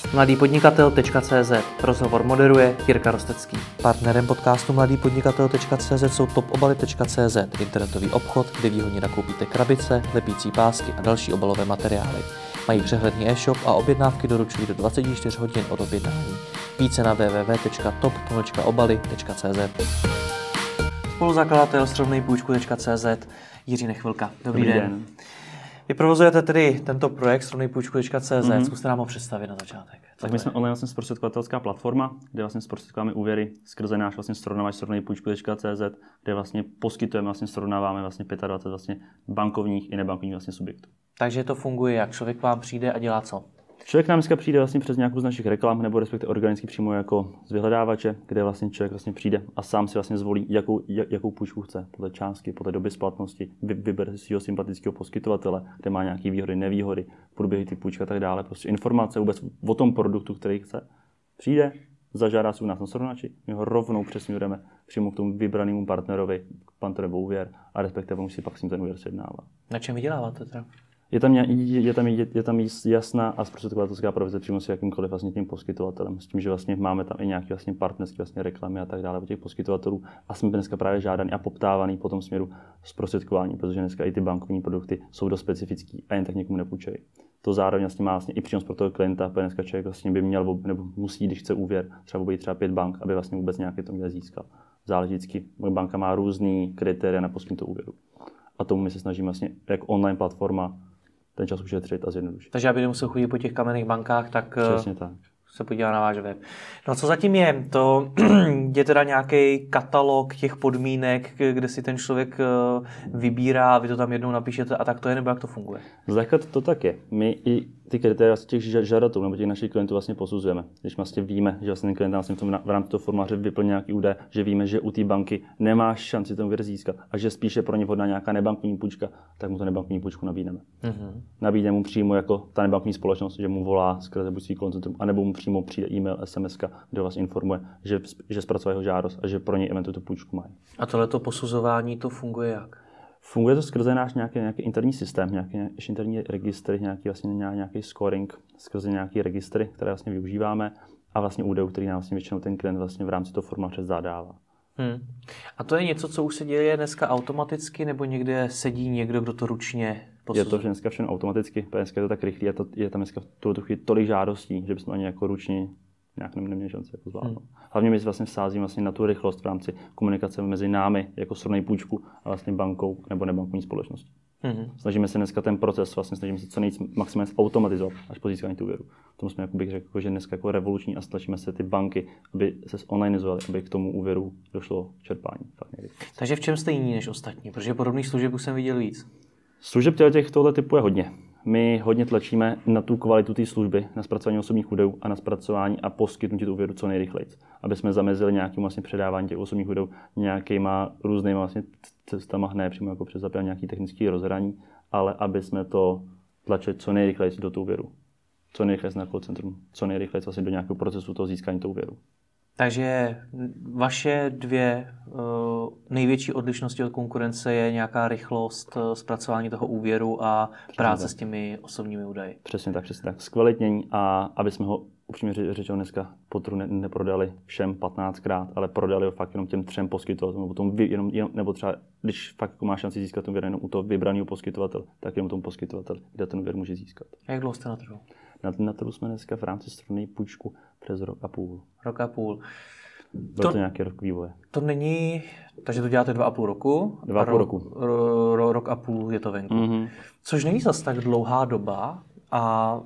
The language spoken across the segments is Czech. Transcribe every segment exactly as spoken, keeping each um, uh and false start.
mladý podnikatel tečka cé zet. Rozhovor moderuje Jirka Rostecký. Partnerem podcastu mladý podnikatel tečka cé zet jsou topobaly tečka cé zet, internetový obchod, kde výhodně nakoupíte krabice, lepící pásky a další obalové materiály. Mají přehledný e-shop a objednávky doručují do dvacet čtyři hodin od objednání. Více na w w w tečka top obaly tečka cé zet. Spoluzakladatel strovnej půjčku tečka cé zet Jiří Nechvilka. Dobrý, Dobrý den. den. Vy provozujete tedy tento projekt strovnej půjčku tečka cé zet. Mm-hmm. Zkuste nám ho představit na začátek. Co tak my jsme online vlastně zprostředkovatelská platforma, kde vlastně zprostředkováme úvěry skrze náš vlastně srovnávač strovnej půjčku tečka cé zet, kde vlastně poskytujeme, vlastně srovnáváme vlastně dvacet pět vlastně bankovních i nebankovních vlastně subjektů. Takže to funguje, jak člověk k vám přijde a dělá co? Člověk nám dneska přijde vlastně přes nějakou z našich reklam, nebo respektive organicky přímo jako z vyhledávače, kde vlastně člověk vlastně přijde a sám si vlastně zvolí, jakou, jakou půjčku chce, podle částky, podle doby splatnosti, vy, vybere si svého sympatického poskytovatele, kde má nějaké výhody, nevýhody, průběhy ty půjčky a tak dále. Prostě informace vůbec o tom produktu, který chce. Přijde, zažádá si u nás na srovnáči, my ho rovnou přesměrujeme přímo k tomu vybranému partnerovi, partnerovi úvěr a respektive musí pak s ním ten úvěr sjednávat. Na čem vyděláváte teda? Je tam, je, tam, je, je tam jasná a zprostředkovatelská provize přímo s jakýmkoliv vlastně tím poskytovatelem. S tím, že vlastně máme tam i nějaké vlastně partnerské vlastně reklamy a tak dále od těch poskytovatelů. A jsme dneska právě žádaný a poptávaný po tom směru zprostředkování, protože dneska i ty bankovní produkty jsou dost specifický a jen tak někomu nepůjčejí. To zároveň vlastně má vlastně i přínos pro toho klienta, protože dneska člověk vlastně by měl nebo musí, když chce úvěr, třeba obejít třeba pět bank, aby vlastně vůbec nějaký to měl získal. Záleží vždycky, banka má různý kritéria na poskytnutí úvěru. A tomu my se snažíme vlastně jako online platforma ten čas ušetřit a zjednodušit. Takže aby nemusel chodit po těch kamenných bankách, tak přesně tak. Se podívá na váš web. No co zatím je? To je teda nějaký katalog těch podmínek, kde si ten člověk vybírá, vy to tam jednou napíšete a tak to je, nebo jak to funguje? Základ to tak je. My i ty kritéria těch žadatelů nebo těch našich klientů vlastně posuzujeme. Když vlastně víme, že vlastně ten klient vlastně v, tom, v rámci toho formuláře vyplní nějaký údaje, že víme, že u té banky nemá šanci ten úvěr získat a že spíše pro ně vhodná nějaká nebankovní půjčka, tak mu to nebankovní půjčku nabídneme. Mm-hmm. Nabídneme mu přímo jako ta nebankovní společnost, že mu volá skrze buď svý koncentrum, anebo mu přímo přijde e-mail, es em es, kde vlastně informuje, že, že zpracuje jeho žádost a že pro něj eventuálně tu půjčku mají. A tohleto posuzování to funguje jak? Funguje to skrze náš nějaký, nějaký interní systém, nějaký, nějaký interní registry, nějaký, vlastně, nějaký scoring, skrze nějaký registry, které vlastně využíváme a vlastně údajů, který nám vlastně většinou ten klient vlastně v rámci toho formuláře zadává. Hmm. A to je něco, co už se děje dneska automaticky, nebo někde sedí někdo, kdo to ručně posuzuje? Je to dneska všechno automaticky, dneska je to tak rychlé, to, je tam dneska v tuto chvíli tolik žádostí, že bychom ani jako ručně nějak neměli šanci jako zvládnout. Hmm. Hlavně my vlastně vsázíme vlastně na tu rychlost v rámci komunikace mezi námi jako strovnej půjčku a vlastně bankou nebo nebankovní společností. Hmm. Snažíme se dneska ten proces, vlastně snažíme se co nejvíc maximálně automatizovat až po získání tu úvěru. Tomu jsme, jako bych řekl, že dneska jako revoluční a stlačíme se ty banky, aby se onlineizovaly, aby k tomu úvěru došlo k čerpání. Takže v čem jste jiní než ostatní? Protože podobných služeb už jsem viděl víc. Služeb těch tohle typu je hodně. My hodně tlačíme na tu kvalitu té služby, na zpracování osobních údajů a na zpracování a poskytnutí tu úvěru co nejrychleji, aby jsme zamezili nějakým vlastně předávání těch osobních údajů nějakýma různýma vlastně cestama, ne přímo jako přes zapěl nějaký technický rozhraní, ale aby jsme to tlačili co nejrychleji do tu úvěru, co nejrychleji na call centrum, co nejrychleji vlastně do nějakého procesu toho získání toho úvěru. Takže vaše dvě uh, největší odlišnosti od konkurence je nějaká rychlost uh, zpracování toho úvěru a přesně práce tak s těmi osobními údaji. Přesně tak, přesně tak. Zkvalitnění a aby jsme ho upřímně řečeno dneska po trhu ne, neprodali všem patnáctkrát, ale prodali ho fakt jenom těm třem poskytovatelům, nebo, tom, jenom, jenom, nebo třeba, když fakt má šanci získat ten úvěr jenom u toho vybraného poskytovatele, tak jenom tomu poskytovateli, kde ten úvěr může získat. A jak dlouho jste na trhu? Na, na trhu jsme dneska v rámci strovnej půjčku přes rok a půl. Rok a půl. Byl to, to nějaký rok vývoje. To není, takže to děláte dva a půl roku. Dva a půl roku. Ro, ro, rok a půl je to venku. Mm-hmm. Což není zas tak dlouhá doba a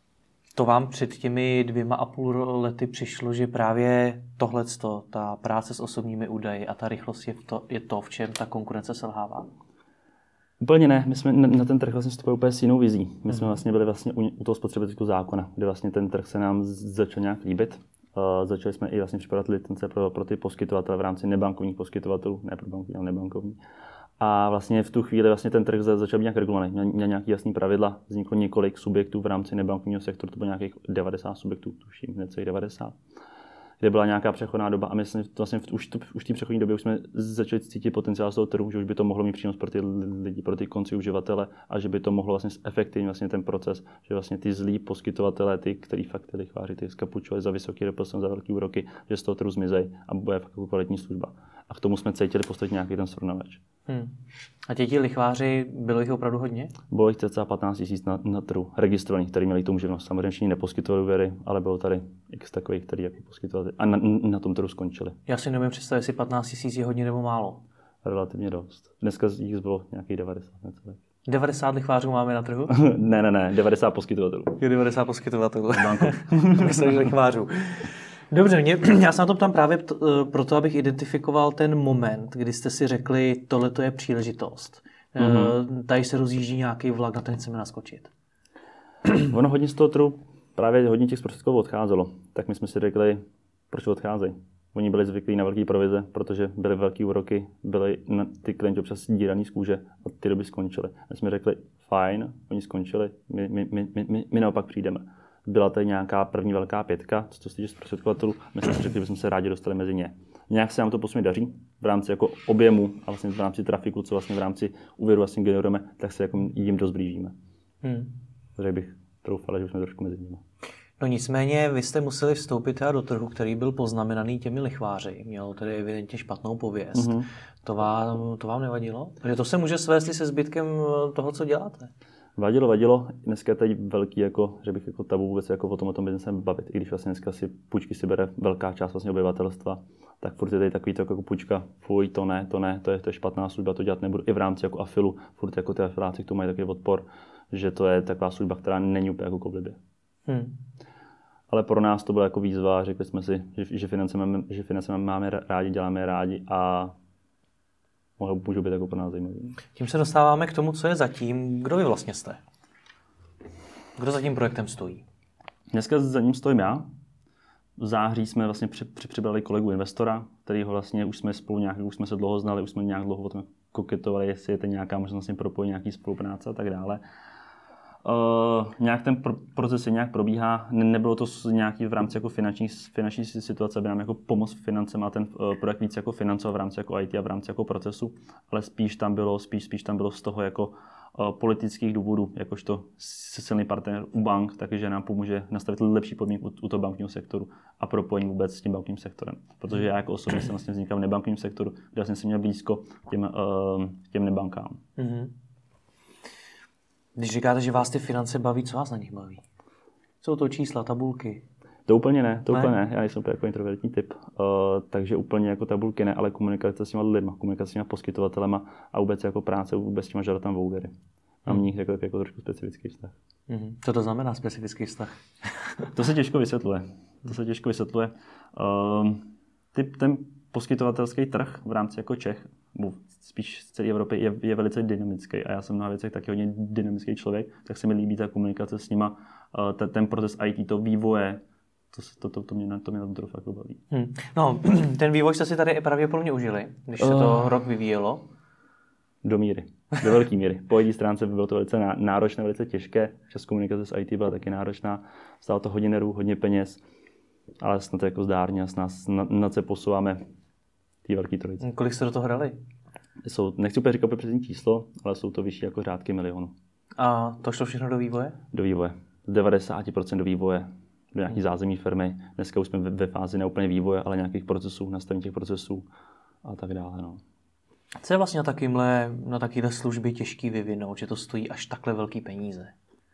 to vám před těmi dvěma a půl lety přišlo, že právě tohleto, ta práce s osobními údaji a ta rychlost je, v to, je to, v čem ta konkurence selhává? Úplně ne, my jsme na ten trh vlastně vstupovali úplně s jinou vizí. My jsme vlastně byli vlastně u toho spotřebitelského zákona, kde vlastně ten trh se nám začal nějak líbit. Uh, začali jsme i vlastně připadat licence pro, pro ty poskytovatele v rámci nebankovních poskytovatelů, ne pro bankovní, ale nebankovní. A vlastně v tu chvíli vlastně ten trh začal být nějak regulovaný, měl, měl nějaký jasný pravidla, vzniklo několik subjektů v rámci nebankovního sektoru, to bylo nějakých devadesát subjektů, tuším, necelých devadesát. kde byla nějaká přechodná doba a myslím, že vlastně v, už, už v té přechodné době už jsme začali cítit potenciál z toho trhu, že už by to mohlo mít přínos pro ty lidi, pro ty konci uživatele a že by to mohlo vlastně efektivně vlastně ten proces, že vlastně ty zlí poskytovatelé, ty, který fakt ty lichváři, ty skapučovali za vysoký represent, za velký úroky, že z toho trhu zmizej a bude fakt jako kvalitní služba. A k tomu jsme cítili postavit nějaký ten srovnavač. Hmm. A ti lichváři, bylo jich opravdu hodně? Bylo jich cca patnáct tisíc na, na trhu registrovaných, kteří měli tomu živnost. Samozřejmě neposkytovali úvěry, ale bylo tady x takových, kteří jako poskytovali a na, na tom trhu skončili. Já si nevím představit, jestli patnáct tisíc je hodně nebo málo. Relativně dost. Dneska jich bylo nějakých devadesát. Necelé. devadesát lichvářů máme na trhu? ne, ne, ne, devadesát poskytovatelů. Je devadesát poskytovatelů. Myslím, lichvářů. Dobře, mě, já se na to ptám právě t, proto, abych identifikoval ten moment, kdy jste si řekli, tohle to je příležitost. Mm-hmm. Tady se rozjíždí nějaký vlak, na ten chceme naskočit. Ono hodně z toho trhu, právě hodně těch zprostředkovatelů odcházelo. Tak my jsme si řekli, proč odcházejí. Oni byli zvyklí na velké provize, protože byly velké úroky, byli na ty klienti občas díraný z kůže a ty doby skončily. My jsme řekli, fajn, oni skončili, my, my, my, my, my naopak přijdeme. Byla tady nějaká první velká pětka, co se týče zprostředkovatelů, my jsme si řekli, že jsme se rádi dostali mezi ně. Nějak se nám to postupně daří v rámci jako objemu a vlastně v rámci trafiku, co vlastně v rámci úvěru vlastně generujeme, tak se jako jim dost blížíme. Hmm. Takže bych troufal, že už jsme trošku mezi nimi. No nicméně, vy jste museli vstoupit do trhu, který byl poznamenaný těmi lichváři. Měl tedy evidentně špatnou pověst. Mm-hmm. To vám, to vám nevadilo? Protože to se může svést se zbytkem toho, co děláte. Vadilo, vadilo. Dneska je tady velký, jako, že bych jako tabu vůbec jako o tom, o tom biznesem bavit. I když vlastně dneska si půjčky si bere velká část vlastně obyvatelstva, tak furt je tady takový to jako půjčka, fuj, to ne, to ne, to je, to je špatná služba, to dělat nebudu. I v rámci jako afilu, furt jako ty afiláci k tomu mají takový odpor, že to je taková služba, která není úplně jako v libě. Hmm. Ale pro nás to byla jako výzva, řekli jsme si, že, že, finance, máme, že finance máme rádi, děláme rádi a můžou být jako pro nás zajímavý. Tím se dostáváme k tomu, co je zatím. Kdo vy vlastně jste? Kdo za tím projektem stojí? Dneska za ním stojím já. V září jsme vlastně při, při, přibrali kolegu investora, kterýho vlastně už jsme spolu nějak, už jsme se dlouho znali, už jsme nějak dlouho o tom koketovali, jestli je to nějaká možnost vlastně propojit nějaký spolupráce a tak dále. Uh, nějak ten pro, proces nějak probíhá, ne, nebylo to nějaký v rámci jako finanční, finanční situace, aby nám jako pomoct financem a ten uh, projekt víc jako financoval v rámci jako í té a v rámci jako procesu, ale spíš tam bylo, spíš, spíš tam bylo z toho jako uh, politických důvodů, jakožto silný partner u bank, takže nám pomůže nastavit lepší podmínky u, u toho bankovního sektoru a propojení vůbec s tím bankovním sektorem. Protože já jako osobně jsem vlastně vznikal v nebankovním sektoru, kde jsem se měl blízko těm, uh, těm nebankám. Mm-hmm. Když říkáte, že vás ty finance baví, co vás na nich baví? Jsou to čísla, tabulky? To úplně ne, to ne? úplně ne. Já nejsem jako introvertní typ, uh, takže úplně jako tabulky ne, ale komunikace s těma lidma, komunikace s těma poskytovatelema a vůbec jako práce vůbec s těma žadatelem o úvěry. Mám hmm. v nich jako, jako trošku specifický vztah. Hmm. Co to znamená specifický vztah? To se těžko vysvětluje. To se těžko vysvětluje. Uh, typ, ten poskytovatelský trh v rámci jako Čech, spíš z celé Evropy, je, je velice dynamický a já jsem na věcech taky hodně dynamický člověk, tak se mi líbí ta komunikace s nima, ten, ten proces í té, to vývoje, to, to, to, to mě, to mě na tom fakt baví. Hmm. No, ten vývoj jste si tady pravděpodobně užili, když se to uh, rok vyvíjelo? Do míry, do velké míry. Po í té stránce bylo to velice náročné, velice těžké, čas komunikace s í té byla taky náročná, stálo to hodně nervů, hodně peněz, ale snad to jako zdárně a snad, snad se posouváme té velké trojice. Kolik jste do toho hrali? Jsou, nechci úplně říkat přesně číslo, ale jsou to vyšší jako řádky milionů. A to šlo všechno do vývoje? Do vývoje. Z devadesát procent do vývoje, do nějaký hmm. zázemí firmy. Dneska už jsme ve, ve fázi ne úplně vývoje, ale nějakých procesů, nastavení těch procesů a tak dále. No. Co je vlastně na takýmhle, na takové služby těžký vyvinout, že to stojí až takhle velký peníze?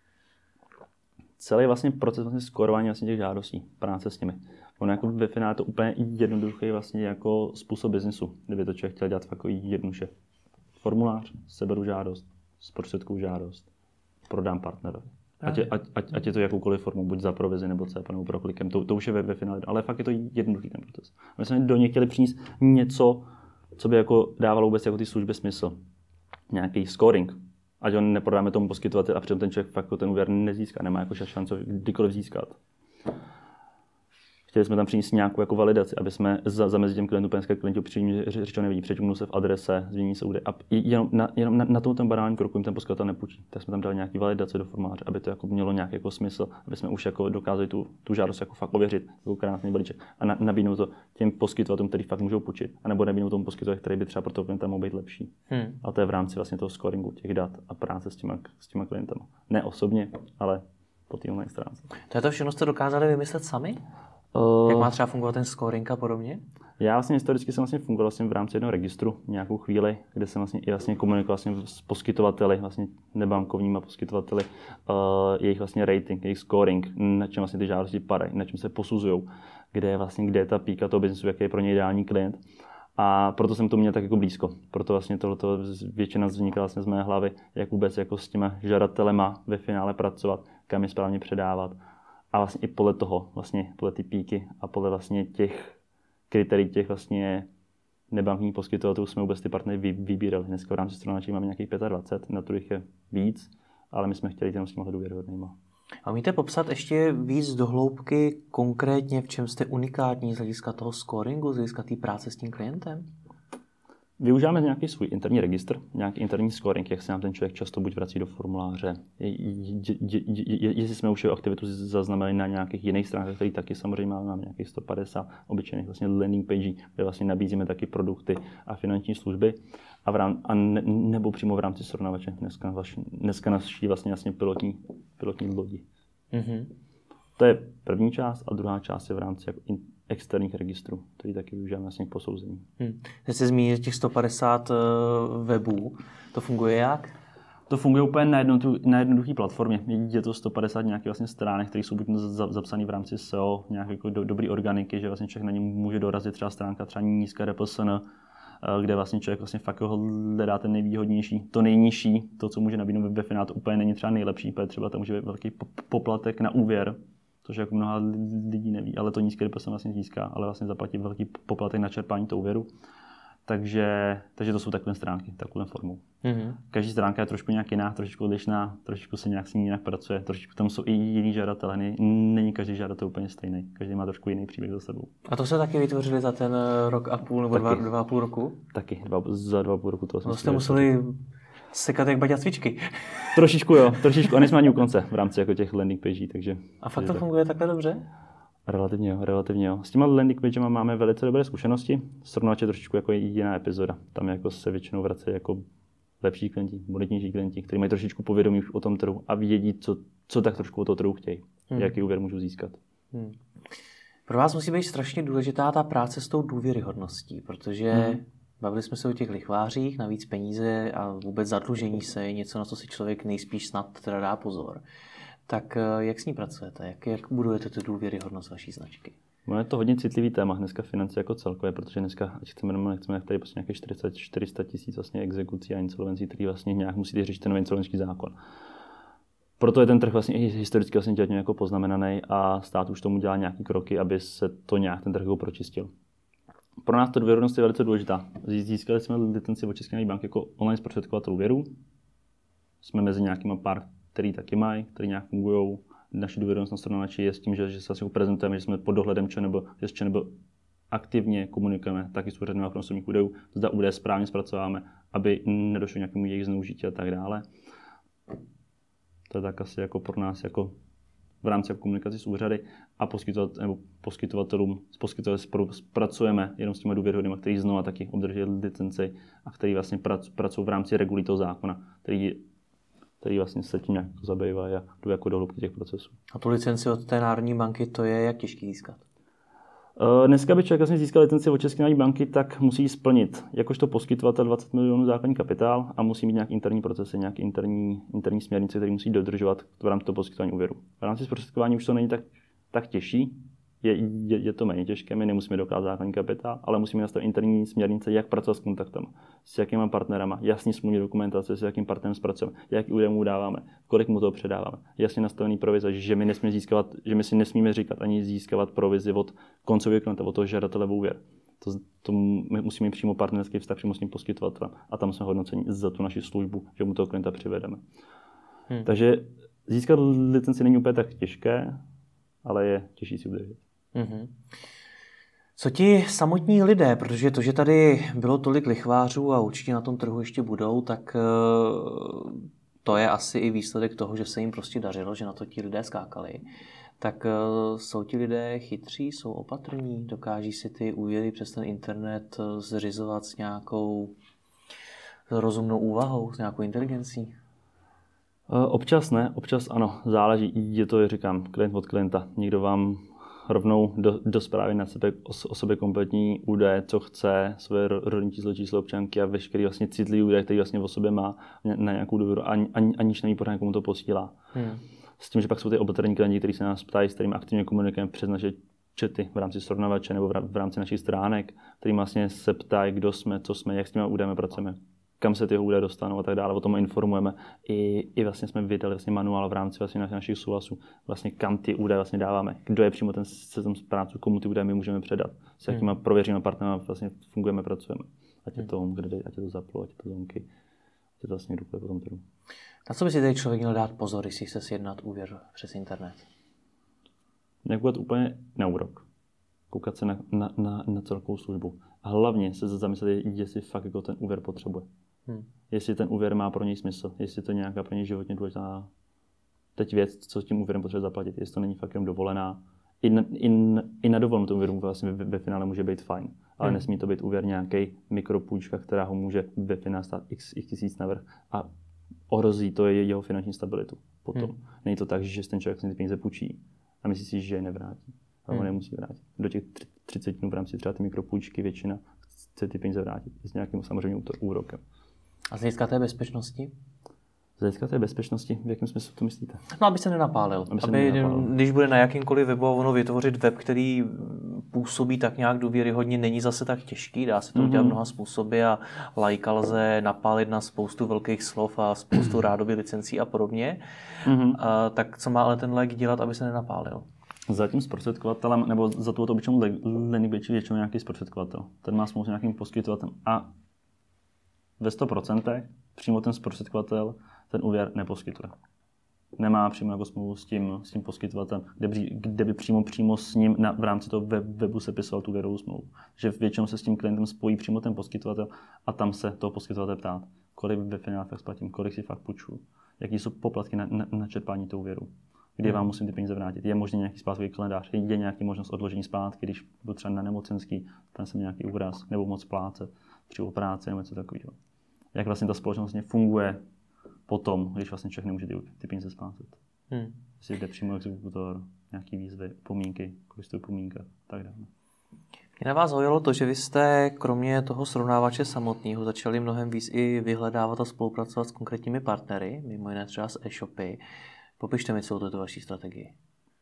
Celý vlastně proces vlastně skórování vlastně těch žádostí, práce s nimi. Ono jako ve finále to úplně jednoduchý vlastně jako způsob biznesu, kdyby to člověk chtěl dělat jako jednoduše. Formulář, seberu žádost, zprostředkuju žádost, prodám partnerovi. Ať je, ať, ať, ať je to jakoukoliv formou, buď za provizi nebo C P nebo proklikem, to, to už je ve, ve finále, ale fakt je to jednoduchý ten proces. My jsme do něj chtěli přinést něco, co by jako dávalo vůbec jako ty služby smysl. Nějaký scoring. Ať on neprodáme tomu poskytovateli a přitom ten člověk fakt ten úvěr nezíská, nemá jako šanci kdykoliv získat. Chtěli jsme tam přinést nějakou jako validaci, aby jsme za, zamezili těm klientům, penězka klientů přijím řečeno nevidí, přečumnou se v adrese, změní se údaje. A jenom na, jenom na, na tom ten banální kroku jim ten poskytovatel nepůjčí. Tak jsme tam dali nějaký validace do formuláře, aby to jako mělo nějaký jako smysl, aby jsme už jako dokázali tu, tu žádost jako fakt ověřit, jako krásný balíček a na, nabídnout to těm poskytovatelům, kteří fakt můžou půjčit, anebo nabídnout tomu poskytovateli, který by třeba pro toho klienta mohl být lepší. Hmm. A to je v rámci vlastně toho scoringu těch dat a práce s těma, s těma klientama. Ne osobně, ale po té online stránce. To je to všechno, jste dokázali vymyslet sami? Uh, Jak má třeba fungovat ten scoring a podobně? Já vlastně historicky jsem vlastně fungoval vlastně v rámci jednoho registru nějakou chvíli, kde jsem vlastně i vlastně komunikoval vlastně s poskytovateli, vlastně nebankovníma poskytovateli, uh, jejich vlastně rating, jejich scoring, na čem vlastně ty žádosti padají, na čem se posuzují, kde je vlastně kde je ta píka toho biznesu, jaký je pro ně ideální klient. A proto jsem to měl tak jako blízko. Proto vlastně tohleto většina vznikla vlastně z mé hlavy, jak vůbec jako s těma žadatelema ve finále pracovat, kam je správně předávat. A vlastně i podle toho, vlastně podle ty píky a podle vlastně těch kritérií těch vlastně nebankovních poskytovatelů jsme vůbec ty partnery vy, vybírali. Dneska v rámci Srovnávačů máme nějakých dvacet pět, na kterých je víc, ale my jsme chtěli jenom s tímhle důvěryhodnýma. A umíte popsat ještě víc do hloubky konkrétně, v čem jste unikátní z hlediska toho scoringu, z hlediska té práce s tím klientem? Využíváme nějaký svůj interní registr, nějaký interní scoring, jak se nám ten člověk často buď vrací do formuláře, jestli jsme už jeho aktivitu zaznamenali na nějakých jiných stránkách, které taky samozřejmě máme, máme nějakých sto padesát obyčejných vlastně landing page, kde vlastně nabízíme taky produkty a finanční služby a, v rám, a ne, nebo přímo v rámci srovnávače. Dneska, dneska naší vlastně jasně pilotní, pilotní lodi. Mm-hmm. To je první část a druhá část je v rámci jako in, externích registrů, který taky využíváme vlastně k posouzení. Hmm. Teď jste zmínil těch sto padesát uh, webů. To funguje jak? To funguje úplně na, jednotu, na jednoduché platformě. Je to sto padesát nějakých vlastně stránek, které jsou buď zapsané v rámci S E O, nějaké jako do, dobrý organiky, že vlastně člověk na něm může dorazit třeba stránka třeba nízká R P S N, kde vlastně člověk vlastně fakt hledá ten nejvýhodnější, to nejnižší, to, co může nabídnout ve finále, to úplně není třeba nejlepší, protože třeba tam může být velký poplatek na úvěr, což jako mnoha lidí neví, ale to nízké R P S vlastně získá, ale vlastně zaplatí velký poplatek na čerpání toho úvěru. Takže, takže to jsou takové stránky, takovou formou. Mm-hmm. Každý stránka je trošku nějak jiná, trošičku odlišná, trošičku se nějak s ní jinak pracuje, trošičku tam jsou i jiní žadatelé, není každý žadatel úplně stejný, každý má trošku jiný příběh za sebou. A to se taky vytvořili za ten rok a půl nebo taky, dva, dva a půl roku? Taky, dva, za dva a půl roku toho jsme. To jste museli sekat jak baťa cvičky. Trošičku jo, trošičku, a nejsme ani u konce v rámci jako těch landing page, takže. A fakt to tak funguje takhle dobře? Relativně jo, relativně jo. S těma landing pagema máme velice dobré zkušenosti. Srovnávač je trošičku jako jiná epizoda. Tam jako se většinou vrací jako lepší klienti, bonitnější klienti, kteří mají trošičku povědomí o tom trhu a vědí, co, co tak trošku o toho trhu chtějí, hmm. jaký úvěr můžou získat. Hmm. Pro vás musí být strašně důležitá ta práce s tou důvěryhodností, protože hmm. bavili jsme se o těch lichvářích, navíc peníze a vůbec zadlužení se je něco, na co si člověk nejspíš snad teda dá pozor. Tak jak s ní pracujete? Jak, jak budujete tu důvěryhodnost vaší značky? No, je to hodně citlivý téma dneska finance jako celkové, protože dneska, ať chceme nebo nechceme, tady prostě nějaké čtyřicet čtyři sta tisíc vlastně exekucí a insolvencí, který vlastně nějak musíte řešit ten insolvenční zákon. Proto je ten trh vlastně historicky vlastně dělatně jako poznamenaný a stát už tomu dělá nějaké kroky, aby se to nějak ten trh pročistil. Pro nás ta důvěryhodnost je velice důležitá. Získali jsme licenci od České národní banky jako online zprostředkovatel úvěru. Jsme mezi nějakýma pár, který taky mají, který nějak fungují. Naše důvěryhodnost na Srovnávači je s tím, že, že se vlastně prezentujeme, že jsme pod dohledem ČNB, že s ČNB aktivně komunikujeme taky s úřadem ochrany osobních údajů, zda údaje správně zpracováme, aby nedošlo k nějakému jejich zneužití a tak dále. To je tak asi jako pro nás jako v rámci jako komunikace s úřady a poskytovat, nebo poskytovatelům, s poskytovatelům pracujeme jenom s těmi důvěryhodnými, kteří znovu taky obdrží licenci a kteří vlastně pracují v rámci regulí toho zákona, který který vlastně se tím nějak zabývá a jdu jako do hloubky těch procesů. A tu licenci od té Národní banky, to je jak těžký získat? Dneska by člověk vlastně získal licenci od České národní banky, tak musí splnit jakožto poskytovatel dvacet milionů základní kapitál a musí mít nějaký interní procesy, nějaké interní, interní směrnice, které musí dodržovat v rámci toho poskytování úvěru. V rámci zprostředkování už to není tak, tak těžší, je, je, je to méně těžké, my nemusíme dokázat základní kapitál, ale musíme nastavit interní směrnice, jak pracovat s kontaktama, s jakými partnerama, jasný smluvní dokumentace, s jakým partnerem zpracujeme, jaký údaje mu dáváme, kolik mu toho předáváme, jasně nastavený provize, že my nesmíme získávat, že my si nesmíme říkat ani získávat provizi od koncového klienta, od toho žadatele o úvěr. To, to my musíme mít přímo partnerský vztah přímo s tím poskytovatelem a tam jsme hodnoceni za tu naši službu, že mu toho klienta přivedeme. Hmm. Takže získat licenci není úplně tak těžké, ale je těžší si udržet. Mm-hmm. Co ti samotní lidé, protože to, že tady bylo tolik lichvářů a určitě na tom trhu ještě budou, tak to je asi i výsledek toho, že se jim prostě dařilo, že na to ti lidé skákali. Tak jsou ti lidé chytří, jsou opatrní, dokáží si ty úvěry přes ten internet zřizovat s nějakou rozumnou úvahou, s nějakou inteligencí? Občas ne, občas ano, záleží, je to, říkám, klient od klienta. Někdo vám rovnou do, do zprávy na sebe, o, o sobě kompletní údaje, co chce, svoje rodní číslo, číslo občanky a veškerý vlastně citlivý údaje, který vlastně o sobě má na nějakou důvěru, ani, ani, aniž neví pořád, komu to posílá. Hmm. S tím, že pak jsou ty opatrní klienti, kteří se nás ptají, s kterými aktivně komunikujeme přes naše chaty v rámci srovnavače nebo v rámci našich stránek, který vlastně se ptají, kdo jsme, co jsme, jak s těmi údaji pracujeme, kam se ty údaje dostanou a tak dále. O tom informujeme. I, i vlastně jsme vydali vlastně manuál v rámci vlastně našich souhlasů, vlastně kam ty údaje vlastně dáváme, kdo je přímo ten seznam správců, komu ty údaje my můžeme předat, s jakýma hmm. prověřenými partnery vlastně fungujeme, pracujeme. Ať je to Homegrid, ať je to Zaplo, ať je to Zonky, ať je to vlastně kdokoliv po tom trhu. Na co by si tady člověk měl dát pozor, když si chce sjednat úvěr přes internet? Nekoukat úplně na úrok. Koukat se na, na, na, na celkovou službu. A hlavně se zamyslet, jestli fakt jako ten úvěr potřebuje. Hmm. Jestli ten úvěr má pro něj smysl, jestli to je nějaká pro něj životně důležitá teď věc, co s tím úvěrem potřebuje zaplatit, jestli to není fakt jenom dovolená. I na, i, i na dovolenou ten úvěr vlastně ve, ve finále může být fajn, ale hmm. nesmí to být úvěr nějaký mikropůjčka, která ho může ve finále stát x, x tisíc navrch a ohrozí to je jeho finanční stabilitu. Potom hmm. není to tak, že ten člověk si ty peníze půjčí a myslí si, že je nevrátí. Ale hmm. on nemusí vrátit. Do těch třicet dnů v rámci třeba ty mikropůjčky většina chce ty peníze vrátit s nějakým samozřejmě úrokem. A z hlediska té bezpečnosti? Z hlediska té bezpečnosti, v jakém smyslu to myslíte? No, aby se nenapálil. Aby, se aby nenapálil. Když bude na jakýmkoliv webu a ono vytvořit web, který působí tak nějak důvěryhodně, není zase tak těžký. Dá se to udělat mm-hmm. mnoha způsoby a lajka lze napálit na spoustu velkých slov a spoustu rádoby licencí a podobně. Mm-hmm. A, tak co má ale ten laik dělat, aby se nenapálil? Za tím zprostředkovatelem, nebo za tu obyčejnou landing většinou nějaký zprostředkovatel. Ten má smlouvu s nějakým poskytovatelem a ve sto procent přímo ten zprostředkovatel ten úvěr neposkytuje. Nemá přímo jako smlouvu s tím, s tím poskytovatelem, kde by, kde by přímo, přímo s ním na, v rámci toho webu sepisoval tu úvěrovou smlouvu. Že většinou se s tím klientem spojí přímo ten poskytovatel a tam se toho poskytovatele ptát, kolik ve finále fakt splatím, kolik si fakt půjčuju, jaký jsou poplatky na, na, na čerpání toho úvěru, kdy vám musím ty peníze vrátit. Je možný nějaký splátkový kalendář, je nějaký možnost odložení splátky, když budu třeba na nemocenský, tam jsem nějaký úraz, nebo moc splácet při operaci nebo něco takového. Jak vlastně ta společnost funguje potom, když vlastně člověk nemůže ty, ty peníze splácet. Hmm. Jestli jde přímo exekutor, nějaký výzvy, pomínky, kolik stojí pomínka, tak dále. Mě na vás zaujalo to, že vy jste kromě toho srovnávače samotného začali mnohem víc i vyhledávat a spolupracovat s konkrétními partnery, mimo jiné třeba s e-shopy. Popište mi celou tuto vaší strategii.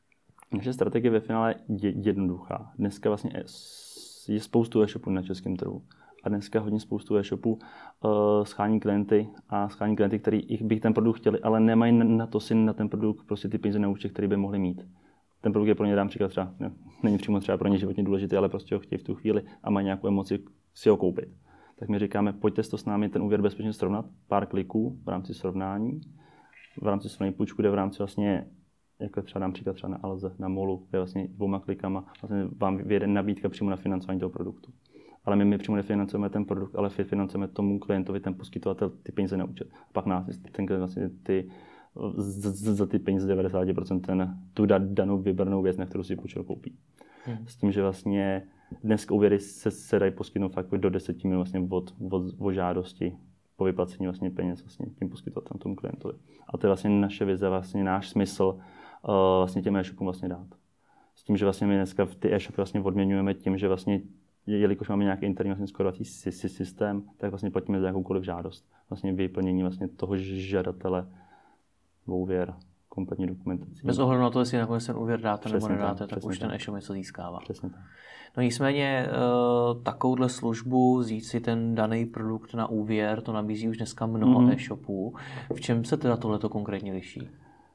Naše strategie ve finále je jednoduchá. Dneska vlastně je spoustu e-shopů na českém trhu. A dneska hodně spoustu e-shopů uh, schání klienty a schání klienty, kteří bych ten produkt chtěli, ale nemají na to si na ten produkt prostě ty peníze na účtě, který by mohli mít. Ten produkt je pro ně, dám příklad třeba, ne, není přímo třeba pro ně životně důležitý, ale prostě ho chtějí v tu chvíli a mají nějakou emoci si ho koupit. Tak my říkáme, pojďte to s námi ten úvěr bezpečně srovnat, pár kliků v rámci srovnání, v rámci srovnání půjčku, kde v rámci vlastně, jako třeba dám příklad třeba na Alze, na Molu, kde vlastně dvouma klikama vlastně vám vyjede nabídka přímo na financování toho produktu. Ale my, my přímo nefinancujeme ten produkt, ale financujeme tomu klientovi, ten poskytovatel, ty peníze na účet. A pak nás ten klient vlastně ty, za, za ty peníze devadesát procent ten, tu danou vybranou věc, na kterou si půjčil, koupí. Hmm. S tím, že vlastně dneska úvěry se, se dají poskytnout fakt do deseti minut vlastně od, od, od žádosti po vyplacení vlastně peněz vlastně tím poskytovatelem, tomu klientovi. A to je vlastně naše vize, vlastně náš smysl uh, vlastně těm e-shopům vlastně dát. S tím, že vlastně my dneska ty e-shopy vlastně odměňujeme tím, že vlastně jelikož máme nějaký interní vlastně skorovací systém, tak vlastně platíme za jakoukoliv žádost. Vlastně vyplnění vlastně toho žadatele úvěr, kompletní dokumentací. Bez ohledu na to, jestli nakonec ten úvěr dáte přesně nebo nedáte, tak, tak už ten e-shop něco získává. Přesně tak. No nicméně takovouhle službu, vzít si ten daný produkt na úvěr, to nabízí už dneska mnoho mm-hmm. e-shopů. V čem se teda tohleto konkrétně liší?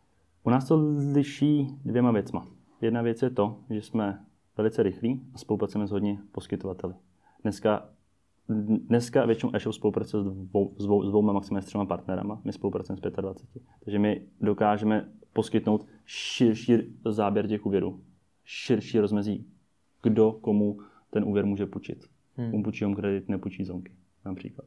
U nás to liší dvěma věcma. Jedna věc je to, že jsme velice rychlí a spolupracujeme s hodně poskytovateli. Dneska, dneska většinou e-shop spolupracuje s, dvou, s, dvou, s dvouma maximálně s třema partnerama, my spolupracujeme s dvaceti pěti. Takže my dokážeme poskytnout širší záběr těch úvěrů. širší rozmezí, kdo komu ten úvěr může půjčit. Hmm. Komu půjčí home kredit, nepůjčí zonky, například.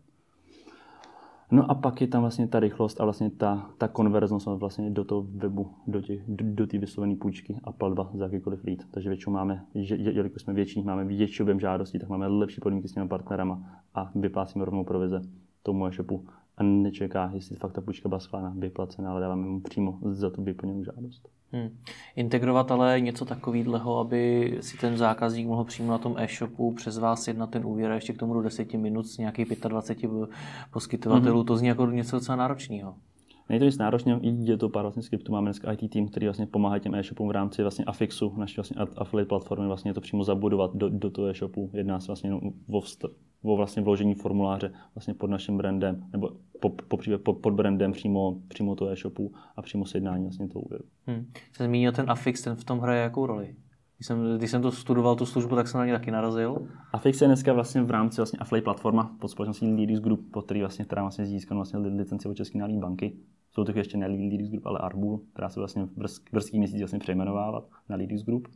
No a pak je tam vlastně ta rychlost a vlastně ta, ta konverznost vlastně do toho webu, do té do, do té vyslovené půjčky a platba za jakýkoliv lead. Takže většinou máme, jelikož jsme větší, máme větší objem žádostí, tak máme lepší podmínky s těmi partnerama a vyplácíme rovnou provize tomu e-shopu a nečeká, jestli fakt ta půjčka byla schválena, vyplacená, ale dáváme mu přímo za tu vyplněnou žádost. Hmm. Integrovat ale něco takového, aby si ten zákazník mohl přímo na tom e-shopu přes vás jednat ten úvěr a ještě k tomu do deseti minut s nějakých dvacet pět poskytovatelů, mm-hmm. to zní jako něco docela náročného. Není to nic náročného, je to pár vlastně skriptů. Máme dneska í té tým, který vlastně pomáhá těm e-shopům v rámci vlastně Affixu, naší vlastně affiliate platformy, vlastně to přímo zabudovat do, do toho e-shopu. Jedná se vlastně o, vst- o vlastně vložení formuláře vlastně pod naším brandem, nebo po, po, po, pod brandem přímo, přímo toho e-shopu a přímo sjednání vlastně toho úvěru. Hmm. Jsi zmínil ten Affix, ten v tom hraje jakou roli? Když jsem, když jsem to studoval, tu službu, tak jsem na ně taky narazil. Affix je dneska vlastně v rámci vlastně affiliate platforma pod společností Leadix Group, pod který vlastně, která vlastně získala vlastně licenci od České národní banky. Jsou to ještě ne Leadix Group, ale Arbul, která se vlastně v brzký měsíc vlastně přejmenovávat na Leadix Group.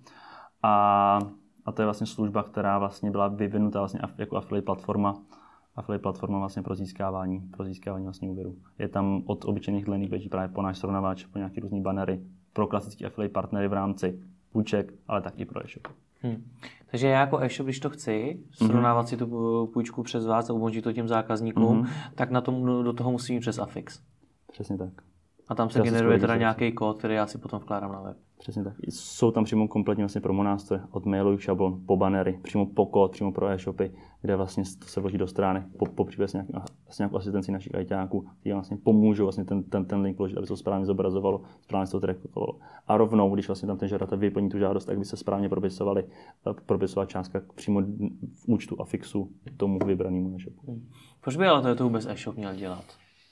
A, a to je vlastně služba, která vlastně byla vyvinuta vlastně jako affiliate platforma, affiliate platforma vlastně pro získávání, pro získávání vlastně úvěru. Je tam od obyčejných landing pageů právě po náš srovnávač, po nějaký různý bannery, pro klasické affiliate partnery v rámci půjček, ale taky pro e-shop. Hmm. Takže já jako e-shop, když to chci, srovnávat mm-hmm. si tu půjčku přes vás a umožnit to těm zákazníkům, mm-hmm. tak na tom, do toho musím jít přes Affix. Přesně tak. A tam se generuje teda nějaký kód, který já si potom vkládám na web. Přesně tak. Jsou tam přímo kompletně vlastně promo nástroje, od mailových šablon po bannery, přímo po kód, přímo pro e-shopy, kde vlastně to se vloží do stránek, po, po případě s nějakou, s nějakou asistencí našich ajťáků, kteří vlastně pomůžou vlastně ten, ten, ten link vložit, aby se to správně zobrazovalo, správně se to trackovalo. A rovnou, když vlastně tam ten žadatel vyplní tu žádost, tak by se správně propisovali, propisovala částka přímo v účtu Affixu tomu vybranému e-shopu. Hmm. Proč by ale to, to vůbec e-shop měl dělat?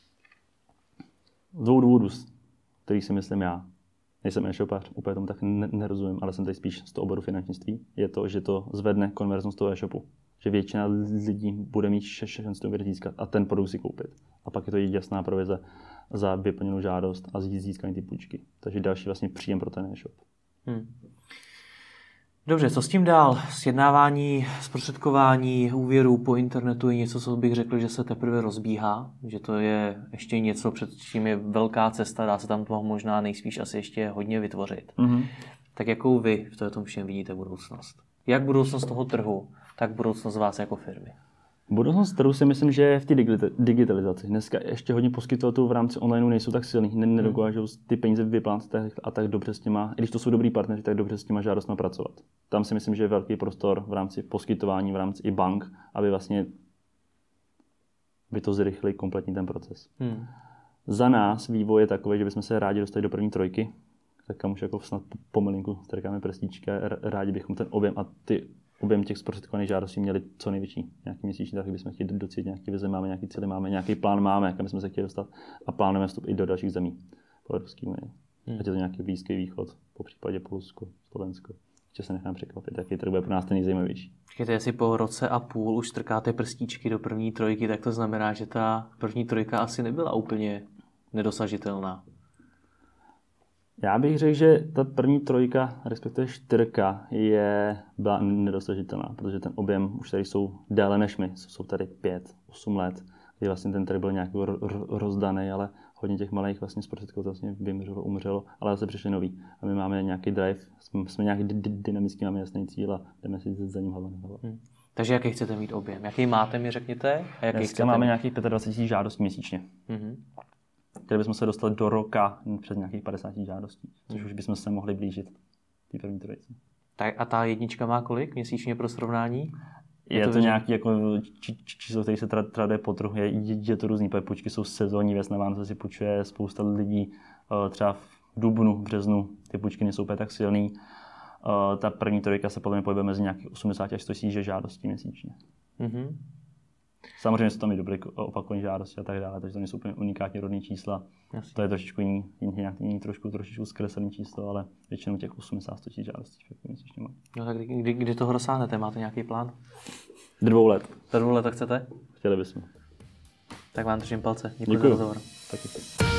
Dvou důvodů, který si myslím já. Nejsem e-shopář, úplně tomu tak nerozumím, ale jsem tady spíš z toho oboru finančnictví. Je to, že to zvedne konverznost toho e-shopu. Že většina lidí bude mít šanci to získat a ten produkt si koupit. A pak je to jasná provize za vyplněnou žádost a získání ty půjčky. Takže další vlastně příjem pro ten e-shop. Hmm. Dobře, co s tím dál? Sjednávání, zprostředkování úvěrů po internetu je něco, co bych řekl, že se teprve rozbíhá, že to je ještě něco, před čím je velká cesta, dá se tam toho možná nejspíš asi ještě hodně vytvořit. Mm-hmm. Tak jakou vy v tom všem vidíte budoucnost? Jak budoucnost toho trhu, tak budoucnost vás jako firmy? Budoucnost trhu si myslím, že je v té digitalizaci. Dneska ještě hodně poskytovatelů v rámci online nejsou tak silný, nedokážou ty peníze vyplácet a tak dobře s těma, i když to jsou dobrý partneři, tak dobře s těma žádostmi pracovat. Tam si myslím, že je velký prostor v rámci poskytování, v rámci i bank, aby vlastně by to zrychlili kompletní ten proces. Hmm. Za nás vývoj je takový, že bychom se rádi dostali do první trojky, tak kam už jako snad pomalinku strkáme prstíčka, rádi bychom ten objem a ty objem těch zprostředkovaných žádostí měli co největší. Nějaký měsíční, tak bychom chtěli docílit nějaký vize, máme nějaký cíle, máme nějaký plán, máme, kam bychom se chtěli dostat a plánujeme vstup i do dalších zemí po Evropské unii. Hmm. Ať je to nějaký Blízký východ, po případě Polsko, Slovensko. Ještě se nechám překvapit, jaký to bude pro nás ten nejzajímavější. Počkejte, jestli po roce a půl už strkáte prstíčky do první trojky, tak to znamená, že ta první trojka asi nebyla úplně nedosažitelná. Já bych řekl, že ta první trojka, respektive čtyřka, je, byla nedosažitelná, protože ten objem už tady jsou déle než my, jsou tady pět, osm let, kdy vlastně ten trh byl nějak rozdaný, ale hodně těch malých vlastně zprostředkovatelů vlastně vymřelo, umřelo, ale zase přišli noví. A my máme nějaký drive, jsme, jsme nějaký dynamický, máme jasný cíl a jdeme si za ním hlava na hlavu. Hmm. Takže jaký chcete mít objem? Jaký máte, mi řekněte? A jaký Dneska máme nějakých dvacet pět tisíc žádostí měsíčně. Mm-hmm. Chtěli bychom se dostat do roka přes nějakých padesát žádostí, což už bychom se mohli blížit té první trojici. Tak a ta jednička má kolik měsíčně pro srovnání? Je, je to, to nějaký jako či, číslo, který se traduje po trhu. Je, je to různý, půjčky jsou sezónní, věc na Vánoce si půjčuje spousta lidí, třeba v dubnu, březnu, ty půjčky nejsou úplně tak silný. Ta první trojka se podle mě pohybuje mezi nějakých osmdesát až sto tisíc žádostí měsíčně. Mm-hmm. Samozřejmě jsou tam i dobré opakované žádosti a tak dále, takže to nejsou úplně unikátně rodné čísla. Jasně. To je trošičku jiný, jiný, jiný trošku, trošičku zkreslený číslo, ale většinou těch osmdesát až sto tisíc žádostí měsíčně má. No tak kdy, kdy, kdy toho dosáhnete? Máte nějaký plán? Do dvou let. Do dvou let chcete? Chtěli bychom. Tak vám držím palce. Děkuji za rozhovor. Taky.